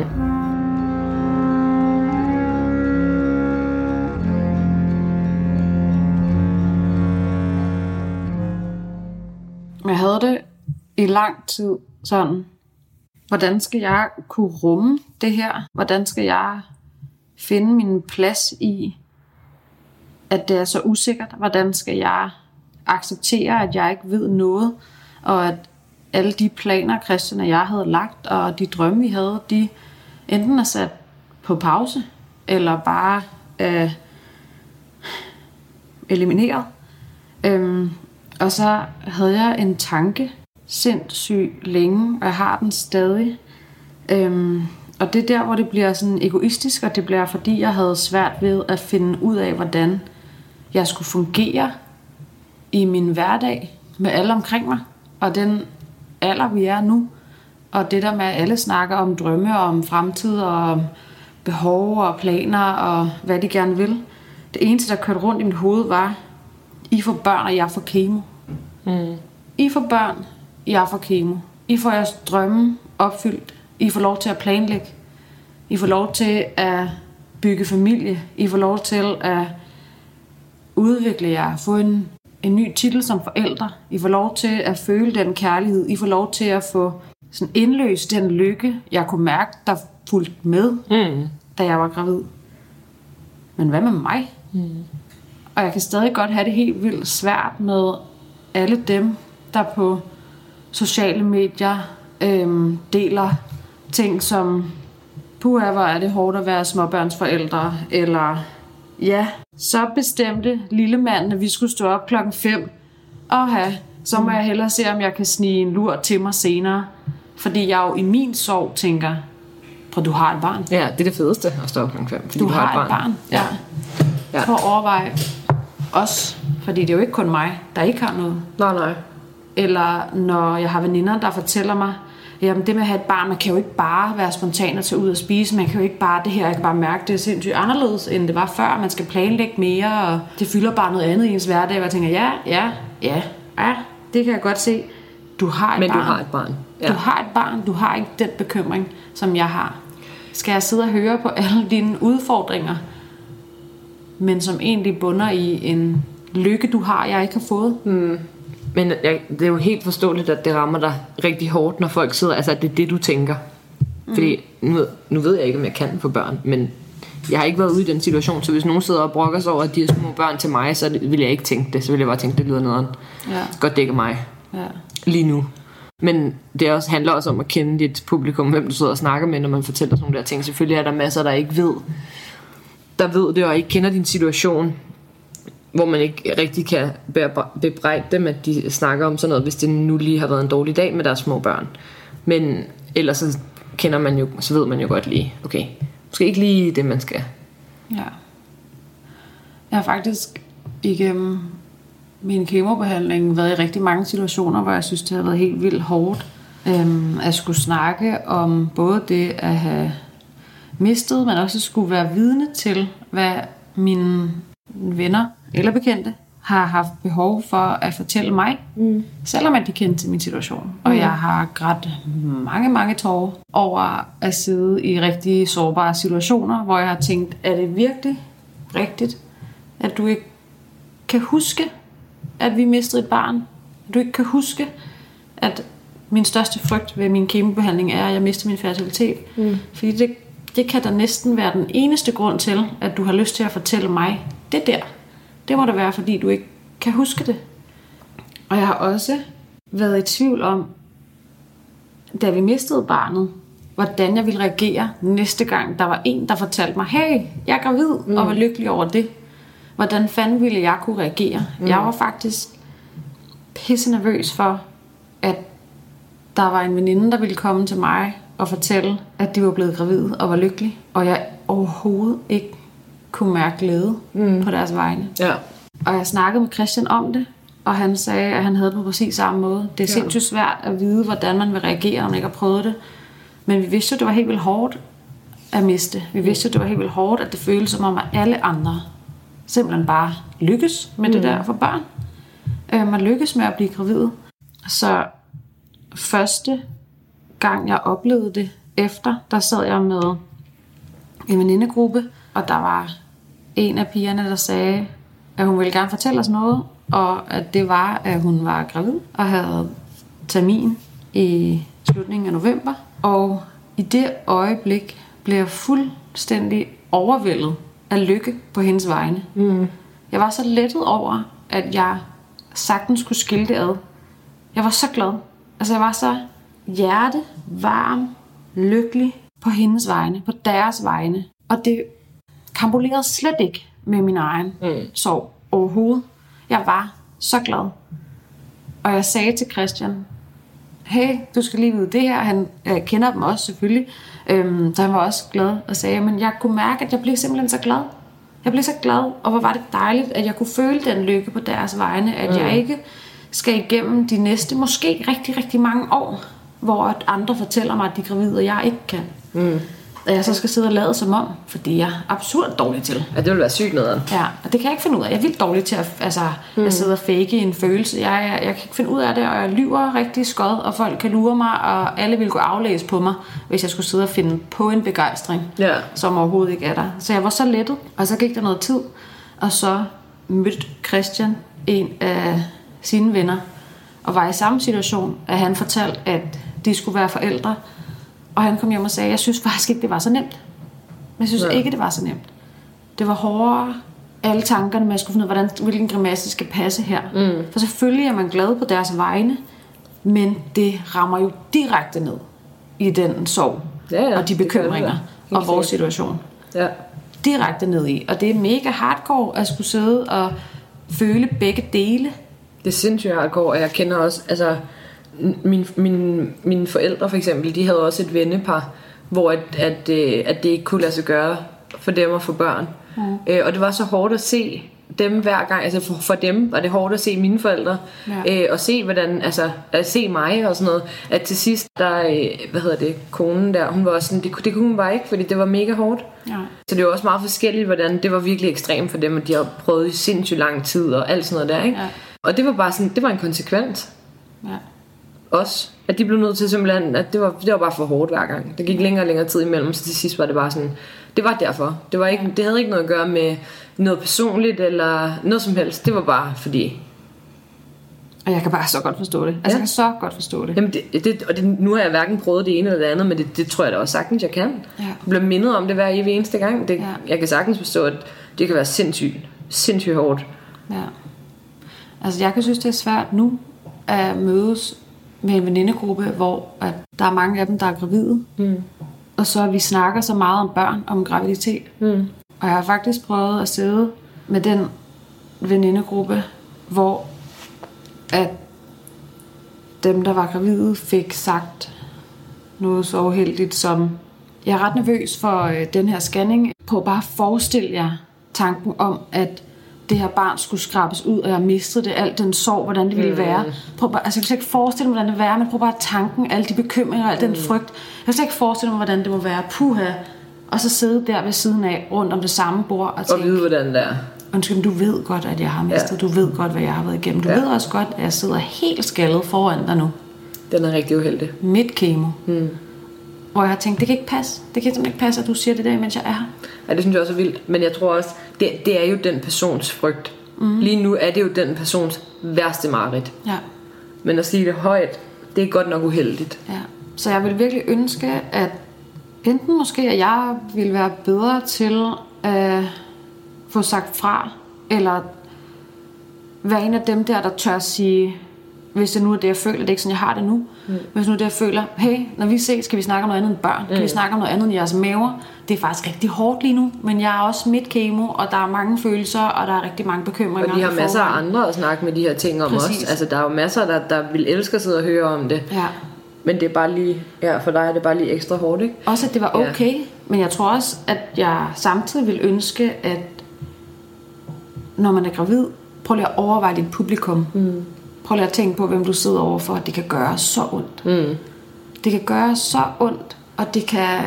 Jeg havde det i lang tid sådan, hvordan skal jeg kunne rumme det her? Hvordan skal jeg finde min plads i, at det er så usikkert? Hvordan skal jeg acceptere, at jeg ikke ved noget, og at alle de planer, Christian og jeg havde lagt, og de drømme, vi havde, de enten er sat på pause, eller bare elimineret. Og så havde jeg en tanke sindssygt længe, og jeg har den stadig. Og det er der, hvor det bliver sådan egoistisk, og det bliver, fordi jeg havde svært ved at finde ud af, hvordan jeg skulle fungere i min hverdag med alle omkring mig. Og den alder, vi er nu, og det der med, at alle snakker om drømme, og om fremtid, og om behov og planer, og hvad de gerne vil. Det eneste, der kørte rundt i mit hoved, var, I får børn, og jeg får kemo. I får børn, jeg får kemo. I får jeres drømme opfyldt. I får lov til at planlægge. I får lov til at bygge familie. I får lov til at udvikle jer. Få en ny titel som forældre. I får lov til at føle den kærlighed. I får lov til at få sådan indløst den lykke, jeg kunne mærke, der fulgte med, da jeg var gravid. Men hvad med mig? Og jeg kan stadig godt have det helt vildt svært med alle dem, der på sociale medier deler ting som puha, hvor er det hårdt at være småbørnsforældre, eller ja, så bestemte lille mand, at vi skulle stå op 5:00. Så må jeg hellere se, om jeg kan snige en lur til mig senere. Fordi jeg jo i min sorg tænker, prøv, du har et barn. Ja, det er det fedeste at stå op 5:00, fordi du har et barn. Ja. Prøv at overveje os, fordi det er jo ikke kun mig, der ikke har noget. Nej. Eller når jeg har veninder, der fortæller mig, jamen det med at have et barn, man kan jo ikke bare være spontan og tage ud og spise, man kan jo ikke bare det her, jeg kan bare mærke, det er sindssygt anderledes, end det var før, man skal planlægge mere, og det fylder bare noget andet i ens hverdag, og jeg tænker, ja, det kan jeg godt se. Du har et barn. Men du har et barn. Ja. Du har et barn, du har ikke den bekymring, som jeg har. Skal jeg sidde og høre på alle dine udfordringer, men som egentlig bunder i en lykke, du har, jeg ikke har fået? Men det er jo helt forståeligt, at det rammer dig rigtig hårdt, når folk sidder, altså at det er det, du tænker. Fordi nu ved jeg ikke, om jeg kan få børn, men jeg har ikke været ude i den situation, så hvis nogen sidder og brokker sig over, at de er små børn til mig, så vil jeg ikke tænke det. Så vil jeg bare tænke, det lyder noget godt dække mig lige nu. Men det også handler også om at kende dit publikum, hvem du sidder og snakker med, når man fortæller sådan nogle der ting. Selvfølgelig er der masser, der ikke ved, det og ikke kender din situation, hvor man ikke rigtig kan bebrejde dem, at de snakker om sådan noget, hvis det nu lige har været en dårlig dag med deres små børn. Men ellers så kender man jo, så ved man jo godt lige, okay, måske ikke lige det, man skal. Ja. Jeg har faktisk igennem min kemobehandling været i rigtig mange situationer, hvor jeg synes, det har været helt vildt hårdt at skulle snakke om både det at have mistet, men også skulle være vidne til, hvad mine venner eller bekendte har haft behov for at fortælle mig, selvom at de kendte til min situation. Og jeg har grædt mange tårer over at sidde i rigtig sårbare situationer, hvor jeg har tænkt, er det virkelig rigtigt, at du ikke kan huske, at vi mistede et barn? At du ikke kan huske, at min største frygt ved min kemobehandling er, at jeg mister min fertilitet? Fordi det kan da næsten være den eneste grund til, at du har lyst til at fortælle mig det der. Det må da være, fordi du ikke kan huske det. Og jeg har også været i tvivl om, da vi mistede barnet, hvordan jeg ville reagere næste gang, der var en, der fortalte mig, hey, jeg er gravid, og var lykkelig over det. Hvordan fanden ville jeg kunne reagere? Jeg var faktisk pisse nervøs for, at der var en veninde, der ville komme til mig og fortælle, at de var blevet gravide og var lykkelige. Og jeg overhovedet ikke kunne mærke glæde på deres vegne. Ja. Og jeg snakkede med Christian om det, og han sagde, at han havde det på præcis samme måde. Det er sindssygt svært at vide, hvordan man vil reagere, når man ikke har prøvet det. Men vi vidste jo, det var helt vildt hårdt at miste. Vi vidste jo, det var helt vildt hårdt, at det føltes som om, at alle andre simpelthen bare lykkes med det der for børn. Man lykkes med at blive gravid. Så første gang, jeg oplevede det efter, der sad jeg med en venindegruppe, og der var en af pigerne, der sagde, at hun ville gerne fortælle os noget, og at det var, at hun var gravid og havde termin i slutningen af november. Og i det øjeblik blev jeg fuldstændig overvældet af lykke på hendes vegne. Jeg var så lettet over, at jeg sagtens skulle skille det ad. Jeg var så glad. Altså jeg var så hjertevarm, lykkelig på hendes vegne, på deres vegne. Og det kampolerede slet ikke med min egen sorg overhovedet. Jeg var så glad. Og jeg sagde til Christian, hey, du skal lige vide det her. Han kender dem også selvfølgelig. Så han var også glad og sagde, men jeg kunne mærke, at jeg blev simpelthen så glad. Jeg blev så glad, og hvor var det dejligt, at jeg kunne føle den lykke på deres vegne, at jeg ikke skal igennem de næste, måske rigtig, rigtig mange år, hvor andre fortæller mig, at de er gravide, og jeg ikke kan. at jeg så skal sidde og lade som om, fordi jeg er absurd dårlig til. Ja, det vil være sygt noget. Ja, og det kan jeg ikke finde ud af. Jeg er vildt dårlig til at sidde og fake en følelse. Jeg kan ikke finde ud af det, og jeg lyver rigtig skod, og folk kan lure mig, og alle vil gå aflæse på mig, hvis jeg skulle sidde og finde på en begejstring, som overhovedet ikke er der. Så jeg var så lettet, og så gik der noget tid, og så mødte Christian en af sine venner, og var i samme situation, at han fortalte, at de skulle være forældre, og han kom hjem og sagde, jeg synes faktisk ikke, det var så nemt. Jeg synes ikke, det var så nemt. Det var hårdere, alle tankerne med at skulle finde ud af, hvilken grimasse skal passe her. For selvfølgelig er man glad på deres vegne, men det rammer jo direkte ned i den sorg og de bekymringer og vores situation. Ja. Direkte ned i. Og det er mega hardcore at skulle sidde og føle begge dele. Det er sindssygt hardcore, og jeg kender også, altså mine forældre for eksempel, de havde også et vennepar, hvor at det ikke kunne lade sig gøre for dem at få børn. Og det var så hårdt at se dem hver gang, altså for dem var det hårdt at se mine forældre, og se hvordan, altså at se mig og sådan noget, at til sidst der, konen der, hun var også sådan, det kunne hun bare ikke, fordi det var mega hårdt. Så det var også meget forskelligt, hvordan det var virkelig ekstremt for dem, og de har prøvet i sindssygt lang tid og alt sådan noget der, ikke? Og det var bare sådan, det var en konsekvens. Også, at de blev nødt til simpelthen, at det var bare for hårdt hver gang. Der gik længere og længere tid imellem, så til sidst var det bare sådan, det var derfor. Det havde ikke noget at gøre med noget personligt eller noget som helst. Det var bare fordi. Og jeg kan bare så godt forstå det. Altså jeg kan så godt forstå det. Jamen nu har jeg hverken prøvet det ene eller det andet, men det tror jeg da også sagtens jeg kan. Jeg bliver mindet om det hver evig eneste gang. Jeg kan sagtens forstå, at det kan være sindssygt hårdt. Ja. Altså jeg kan synes det er svært nu at mødes med en venindegruppe, hvor at der er mange af dem, der er gravide. Og så vi snakker så meget om børn, om graviditet. Og jeg har faktisk prøvet at sidde med den venindegruppe, hvor at dem, der var gravide, fik sagt noget så uheldigt som, jeg er ret nervøs for den her scanning. Prøv bare at forestille jer tanken om, at det her barn skulle skrabes ud, og jeg mistede det, alt den sorg, hvordan det ville være. Prøv bare, altså jeg kan slet ikke forestille mig, hvordan det ville være, men prøv bare tanken, alle de bekymringer, al den frygt. Jeg kan slet ikke forestille mig, hvordan det må være. Puha. Og så sidde der ved siden af, rundt om det samme bord, og tænke, og vide, hvordan det er. Undskyld, du ved godt, at jeg har mistet. Du ved godt, hvad jeg har været igennem. Du ved også godt, at jeg sidder helt skaldet foran dig nu. Den er rigtig uheldig. Midt kemo. Hvor jeg har tænkt, det kan ikke passe. Det kan simpelthen ikke passe, at du siger det der, mens jeg er her. Ja, det synes jeg også er vildt. Men jeg tror også, det er jo den persons frygt. Lige nu er det jo den persons værste mareridt. Ja. Men at sige det højt, det er godt nok uheldigt. Ja. Så jeg vil virkelig ønske, at enten måske, at jeg ville være bedre til at få sagt fra, eller være en af dem der tør sige, hvis det nu er det, jeg føler, det er ikke sådan, jeg har det nu. Hvis nu er det, jeg føler, hey, når vi ses, skal vi snakke om noget andet end børn? Kan vi snakke om noget andet end jeres maver? Det er faktisk rigtig hårdt lige nu, men jeg er også midt kemo, og der er mange følelser, og der er rigtig mange bekymringer. Og de har masser af andre at snakke med de her ting om også. Altså, der er jo masser, der vil elske at sidde og høre om det. Ja. Men det er bare lige, for dig er det bare lige ekstra hårdt, ikke? Også at det var okay, men jeg tror også, at jeg samtidig vil ønske, at når man er gravid, prøv lige at overveje dit publikum. Prøv lige at tænke på, hvem du sidder overfor. Det kan gøre så ondt. Det kan gøre så ondt, og det kan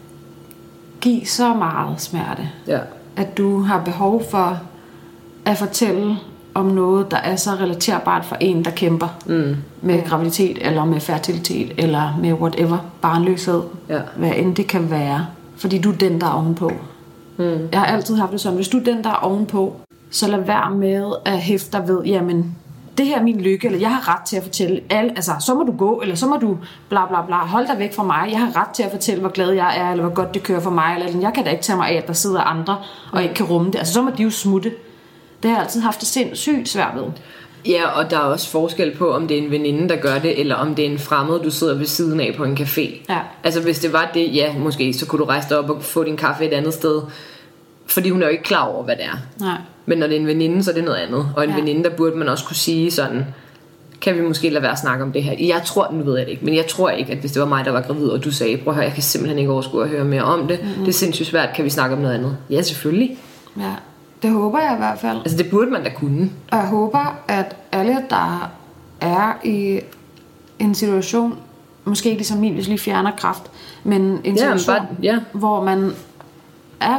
give så meget smerte. Ja. At du har behov for at fortælle om noget, der er så relaterbart for en, der kæmper med graviditet, eller med fertilitet, eller med whatever, barnløshed. Ja. Hvad end det kan være. Fordi du er den, der er ovenpå. Jeg har altid haft det sådan, hvis du er den, der er ovenpå, så lad være med at hæfte dig ved, jamen, det her er min lykke, eller jeg har ret til at fortælle alle, altså så må du gå, eller så må du bla bla bla, hold dig væk fra mig, jeg har ret til at fortælle, hvor glad jeg er, eller hvor godt det kører for mig, eller jeg kan da ikke tage mig af, at der sidder andre, og ikke kan rumme det, altså så må de jo smutte. Det har jeg altid haft det sindssygt svært ved. Ja, og der er også forskel på, om det er en veninde, der gør det, eller om det er en fremmed, du sidder ved siden af på en café. Ja. Altså hvis det var det, ja, måske, så kunne du rejse dig op og få din kaffe et andet sted, fordi hun er jo ikke klar over, hvad det er. Nej. Men når det er en veninde, så er det noget andet. Og en veninde, der burde man også kunne sige sådan, kan vi måske lade være at snakke om det her. Jeg tror, nu ved jeg det ikke, men jeg tror ikke, at hvis det var mig, der var gravid, og du sagde, prøv at høre, jeg kan simpelthen ikke overskue at høre mere om det. Det er sindssygt svært, kan vi snakke om noget andet? Ja, selvfølgelig. Ja, det håber jeg i hvert fald. Altså det burde man da kunne. Og jeg håber, at alle, der er i en situation, måske ikke ligesom min, hvis lige fjerner kræft, men en situation, hvor man er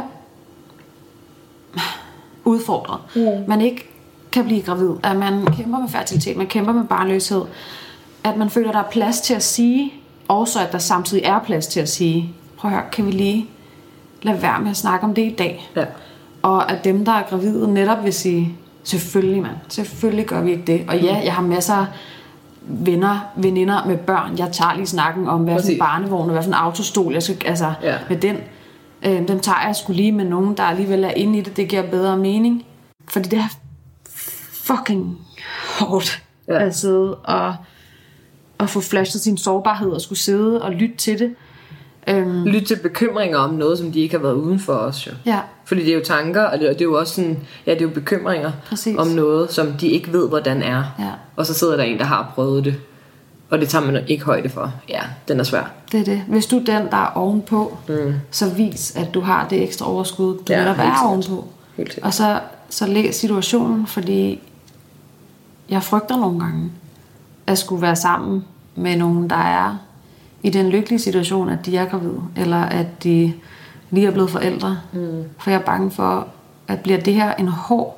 udfordret. Man ikke kan blive gravid, at man kæmper med fertilitet, man kæmper med barnløshed, at man føler, at der er plads til at sige, også at der samtidig er plads til at sige, prøv at høre, kan vi lige lade være med at snakke om det i dag? Ja. Og at dem, der er gravide, netop vil sige, selvfølgelig gør vi ikke det. Og ja, jeg har masser af veninder med børn, jeg tager lige snakken om, hvad for en barnevogn, hvad for en autostol, jeg skal, med den. Dem tager jeg sgu lige med nogen, der alligevel er inde i det. Det giver bedre mening. Fordi det er fucking hårdt at sidde og få flashet sin sårbarhed og skulle sidde og lytte til det. Lytte til bekymringer om noget, som de ikke har været uden for os. Jo. Ja. Fordi det er jo tanker, og det er jo også sådan, det er jo bekymringer om noget, som de ikke ved, hvordan er. Ja. Og så sidder der en, der har prøvet det. Og det tager man ikke højde for. Ja, den er svær. Det er det. Hvis du er den, der er ovenpå, så vis, at du har det ekstra overskud, du netop er ovenpå. Og så læs situationen, fordi jeg frygter nogle gange at skulle være sammen med nogen, der er i den lykkelige situation, at de er gravide, eller at de lige er blevet forældre. For jeg er bange for, at bliver det her en hård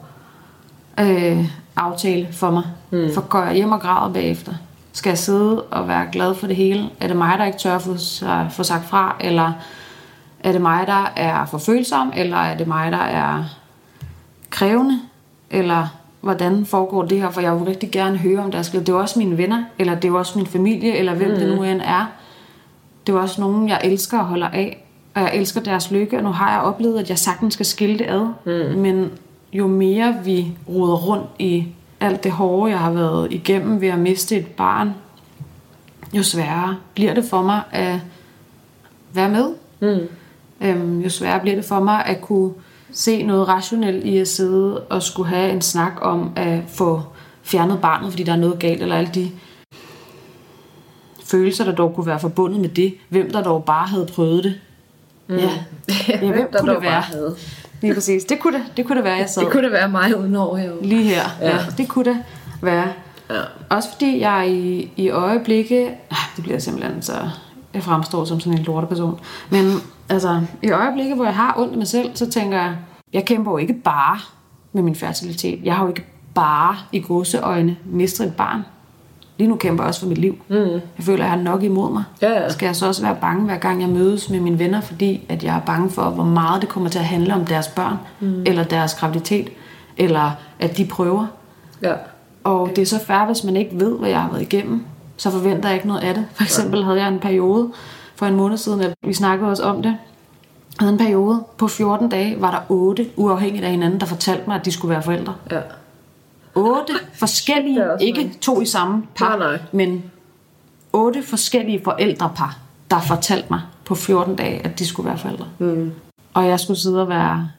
aftale for mig. For går jeg hjem og græder bagefter? Skal jeg sidde og være glad for det hele? Er det mig, der ikke tør at få sagt fra? Eller er det mig, der er for følsom? Eller er det mig, der er krævende? Eller hvordan foregår det her? For jeg vil rigtig gerne høre om deres. Det er også mine venner, eller det er også min familie, eller hvem det nu end er. Det er også nogen, jeg elsker og holder af. Og jeg elsker deres lykke, og nu har jeg oplevet, at jeg sagtens skal skille det ad. Men jo mere vi roder rundt i alt det hårde, jeg har været igennem ved at miste et barn, jo sværere bliver det for mig at være med. Jo sværere bliver det for mig at kunne se noget rationelt i at sidde og skulle have en snak om at få fjernet barnet, fordi der er noget galt, eller alle de følelser, der dog kunne være forbundet med det. Hvem der dog bare havde prøvet det. Ja, hvem der kunne det være? Lige præcis. Det kunne det være, jeg sad. Det kunne det være mig uden over her. Lige her. Ja, det kunne det være. Ja. Også fordi jeg i øjeblikket, det bliver simpelthen så, jeg fremstår som sådan en lorteperson. Men altså, i øjeblikket, hvor jeg har ondt i mig selv, så tænker jeg kæmper jo ikke bare med min fertilitet. Jeg har jo ikke bare i gåseøjne mistet et barn. Lige nu kæmper jeg også for mit liv. Jeg føler, jeg har nok imod mig. Skal jeg så også være bange, hver gang jeg mødes med mine venner, fordi at jeg er bange for, hvor meget det kommer til at handle om deres børn, eller deres graviditet, eller at de prøver. Ja. Og det er så fair, hvis man ikke ved, hvad jeg har været igennem, så forventer jeg ikke noget af det. For eksempel havde jeg en periode for en måned siden, at vi snakkede også om det. Jeg havde en periode på 14 dage, var der 8 uafhængigt af hinanden, der fortalte mig, at de skulle være forældre. Ja. 8 forskellige, ikke 2 i samme par, men 8 forskellige forældrepar, der fortalte mig på 14 dage, at de skulle være forældre. Og jeg skulle sidde og være,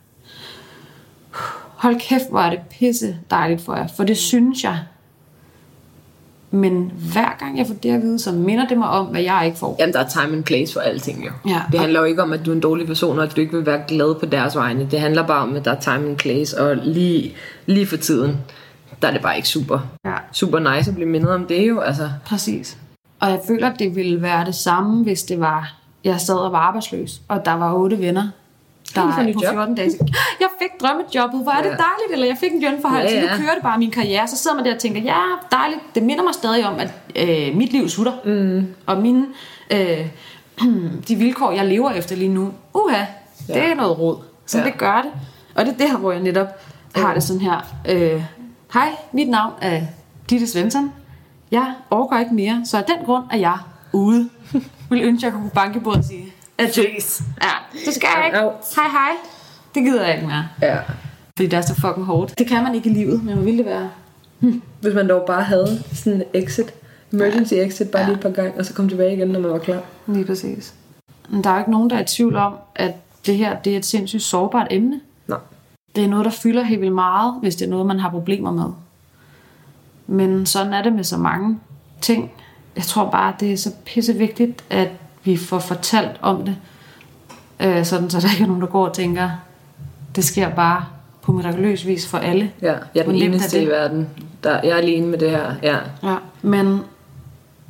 hold kæft, hvor er det pisse dejligt for jer, for det synes jeg. Men hver gang jeg får det at vide, så minder det mig om, hvad jeg ikke får. Jamen, der er time and place for alting jo. Ja, det handler jo ikke om, at du er en dårlig person, og at du ikke vil være glad på deres vegne. Det handler bare om, at der er time and place, og lige for tiden, der er det bare ikke super nice at blive mindet om det jo. Altså. Præcis. Og jeg føler, at det ville være det samme, hvis det var, jeg sad og var arbejdsløs, og der var 8 venner, der på 14 dage. Jeg fik drømmejobbet, hvor er det dejligt, eller jeg fik en lønforhold, så nu kører det bare min karriere. Så sidder man der og tænker, ja, dejligt. Det minder mig stadig om, at mit liv sutter. Og mine, de vilkår, jeg lever efter lige nu, det er noget rod. Så det gør det. Og det er det her, hvor jeg netop har det sådan her. Hej, mit navn er Ditte Svensson. Jeg overgår ikke mere, så af den grund er jeg ude. Vil ønske, jeg kunne banke på og sige, jeez. Ja, det skal jeg ikke. Hej. Det gider jeg ikke mere. Ja. Fordi det er så fucking hårdt. Det kan man ikke i livet, men hvor ville det være? Hvis man dog bare havde sådan en emergency exit, bare lige et par gange, og så kom tilbage igen, når man var klar. Lige præcis. Men der er jo ikke nogen, der er i tvivl om, at det her, det er et sindssygt sårbart emne. Nej. Det er noget, der fylder helt vildt meget, hvis det er noget, man har problemer med. Men sådan er det med så mange ting. Jeg tror bare, det er så pissevigtigt, at vi får fortalt om det, sådan så der ikke er nogen, der går og tænker, det sker bare på mirakuløs vis for alle. Ja, jeg er den eneste i verden. Jeg er alene med det her. Ja. Men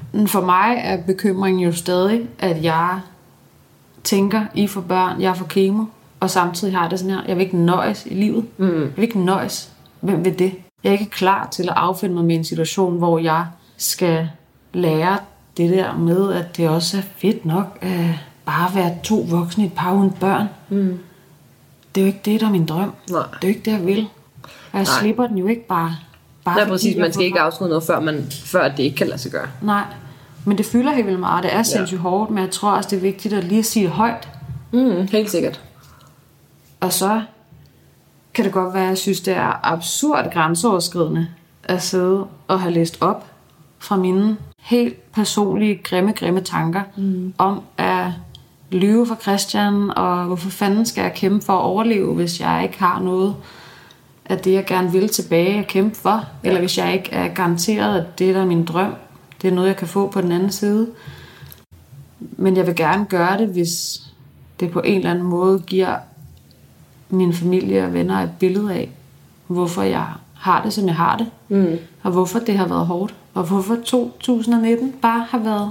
For mig er bekymringen jo stadig, at jeg tænker, I får børn, jeg får kemo, og samtidig har jeg det sådan her, jeg vil ikke nøjes i livet. Jeg vil ikke nøjes. Hvem vil det? Jeg er ikke klar til at affinde mig med en situation, hvor jeg skal lære det der med, at det også er fedt nok at bare være 2 voksne i et par uden børn. Det er jo ikke det, der er min drøm. Nej. Det er jo ikke det, jeg vil. Og jeg slipper den jo ikke bare Nej, præcis. Man skal ikke afslutte noget, før det ikke kan lade sig gøre. Nej, men det fylder helt vildt meget. Det er sindssygt hårdt, men jeg tror også, det er vigtigt at lige sige det højt. Helt sikkert. Og så kan det godt være, at jeg synes, det er absurd grænseoverskridende at sidde og have læst op fra mine helt personlige, grimme tanker om at lyve for Christian, og hvorfor fanden skal jeg kæmpe for at overleve, hvis jeg ikke har noget af det, jeg gerne vil tilbage at kæmpe for, eller hvis jeg ikke er garanteret, at det der er min drøm, det er noget, jeg kan få på den anden side. Men jeg vil gerne gøre det, hvis det på en eller anden måde giver min familie og venner et billede af, hvorfor jeg har det, som jeg har det, og hvorfor det har været hårdt, og hvorfor 2019 bare har været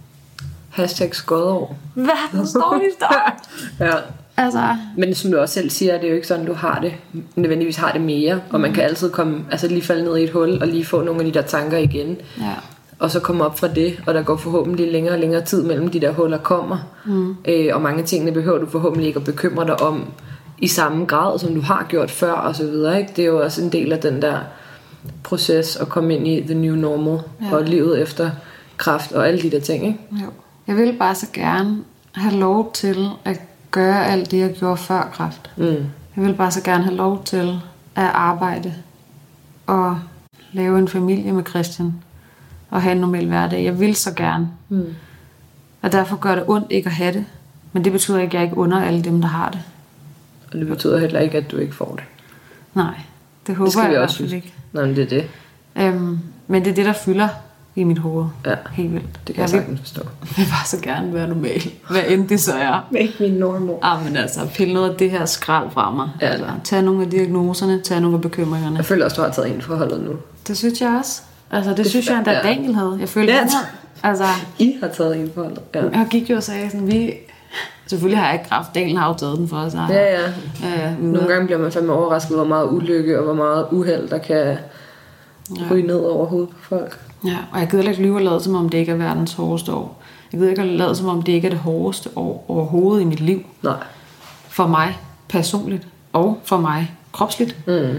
#skodår. verdens dårligste år. Ja. Altså. Men som du også selv siger, det er jo ikke sådan, du har det, nødvendigvis har det mere, og man kan altid komme, altså lige falde ned i et hul, og lige få nogle af de der tanker igen, og så komme op fra det, og der går forhåbentlig længere og længere tid mellem de der huller kommer, og mange af tingene behøver du forhåbentlig ikke at bekymre dig om, i samme grad, som du har gjort før, og så videre, ikke? Det er jo også en del af den der proces, at komme ind i the new normal, og livet efter kræft, og alle de der ting, ikke? Jo. Jeg vil bare så gerne have lov til at gøre alt det, jeg gjorde før kræft. Jeg vil bare så gerne have lov til at arbejde, og lave en familie med Christian, og have en normal hverdag. Jeg vil så gerne. Og derfor gør det ondt ikke at have det, men det betyder ikke, at jeg ikke under alle dem, der har det. Og det betyder heller ikke, at du ikke får det. Nej, det håber det jeg i hvert også fald ikke. Nej, men det er det. Men det er det, der fylder i mit hoved. Ja, helt vildt. Det kan jeg sagtens forstå. Jeg vil bare så gerne være normal. Hvad end det så er. Ikke min normal. Men altså, pille noget af det her skrald fra mig. Ja. Altså, tag nogle af diagnoserne, tag nogle af bekymringerne. Jeg føler også, du har taget ind forholdet nu. Det synes jeg også. Altså, det synes jeg endda Daniel havde. Jeg følte, altså, I har taget ind forholdet. Ja. Jeg gik jo og sagde sådan, selvfølgelig har jeg ikke kraft. Daniel har jo taget den for os. Nogle gange bliver man fandme overrasket, hvor meget ulykke og hvor meget uheld, der kan ryge ned over hovedet på folk. Ja, og jeg gider ikke lyve og lade, som om det ikke er verdens hårdeste år. Jeg gider ikke lade, som om det ikke er det hårdeste år overhovedet i mit liv. Nej. For mig personligt, og for mig kropsligt.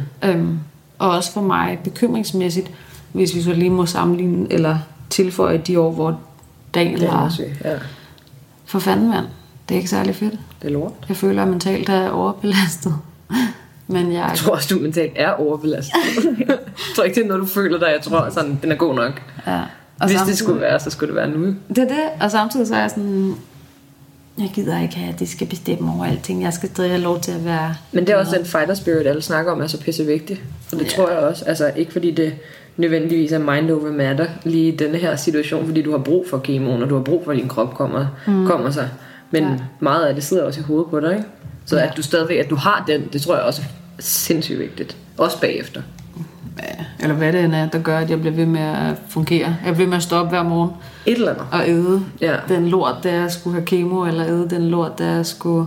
Og også for mig bekymringsmæssigt, hvis vi så lige må sammenligne eller tilføje de år, hvor Daniel har. For fanden, mand. Det er ikke særlig fedt. Det er lort. Jeg føler, at mentalt er overbelastet. Men jeg tror også, du mentalt er overbelastet. Jeg tror ikke, det er noget, du føler dig. Jeg tror, sådan, den er god nok. Ja. Og hvis det skulle være, så skulle det være nu. Det er det. Og samtidig så er jeg sådan, jeg gider ikke have, at de skal bestemme over alting. Jeg skal stadig have lov til at være. Men det er også den fighter spirit, alle snakker om, er så pissevigtigt. Og det tror jeg også. Altså ikke fordi det nødvendigvis er mind over matter lige i denne her situation, fordi du har brug for kemoen, og du har brug for, at din krop kommer sig. Men meget af det sidder også i hovedet på dig, ikke? Så at du stadigvæk, at du har den, det tror jeg også er sindssygt vigtigt. Også bagefter. Ja, eller hvad det er, der gør, at jeg bliver ved med at fungere. Jeg bliver ved med at stoppe hver morgen. Et eller andet. Og æde den lort, der jeg skulle have kemo, eller æde den lort, der jeg skulle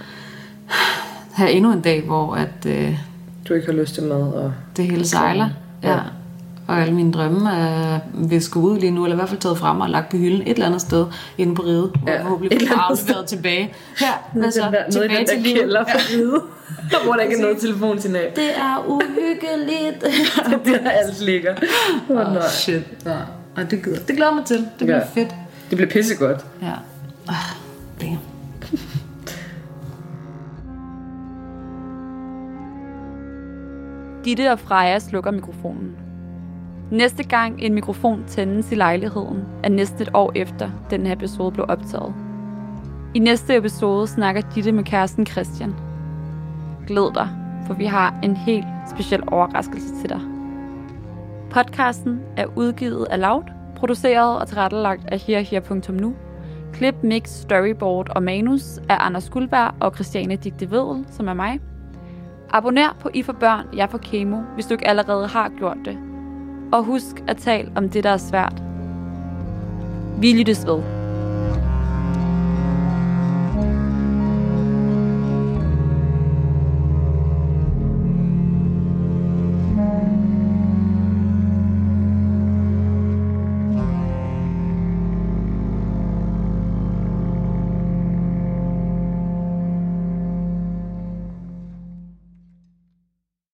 have endnu en dag, hvor at du ikke har lyst til mad. Og det hele sejler. Ja. Og alle mine drømme er visket ud lige nu, eller i hvert fald taget frem og lagt på hylden et eller andet sted inde på riget, hvor jeg forhåbentlig bliver afleveret tilbage. Ja, altså tilbage til livet. Hvor der ikke er noget telefonsignal. Det er uhyggeligt. Det er alt ligger. Shit. Ja. Og det glæder mig til. Det bliver fedt. Det bliver pissegodt. Ja. Damn. Ditte og Freja slukker mikrofonen. Næste gang en mikrofon tændes i lejligheden, er næsten et år efter, den her episode blev optaget. I næste episode snakker Ditte med kæresten Christian. Glæd dig, for vi har en helt speciel overraskelse til dig. Podcasten er udgivet af Loud, produceret og tilrettelagt af herher.nu. Klip, mix, storyboard og manus af Anders Guldberg og Christiane Digte Vedel, som er mig. Abonner på I for Børn, Jeg får Kemo, hvis du ikke allerede har gjort det. Og husk at tale om det, der er svært. Vi lyttes ved.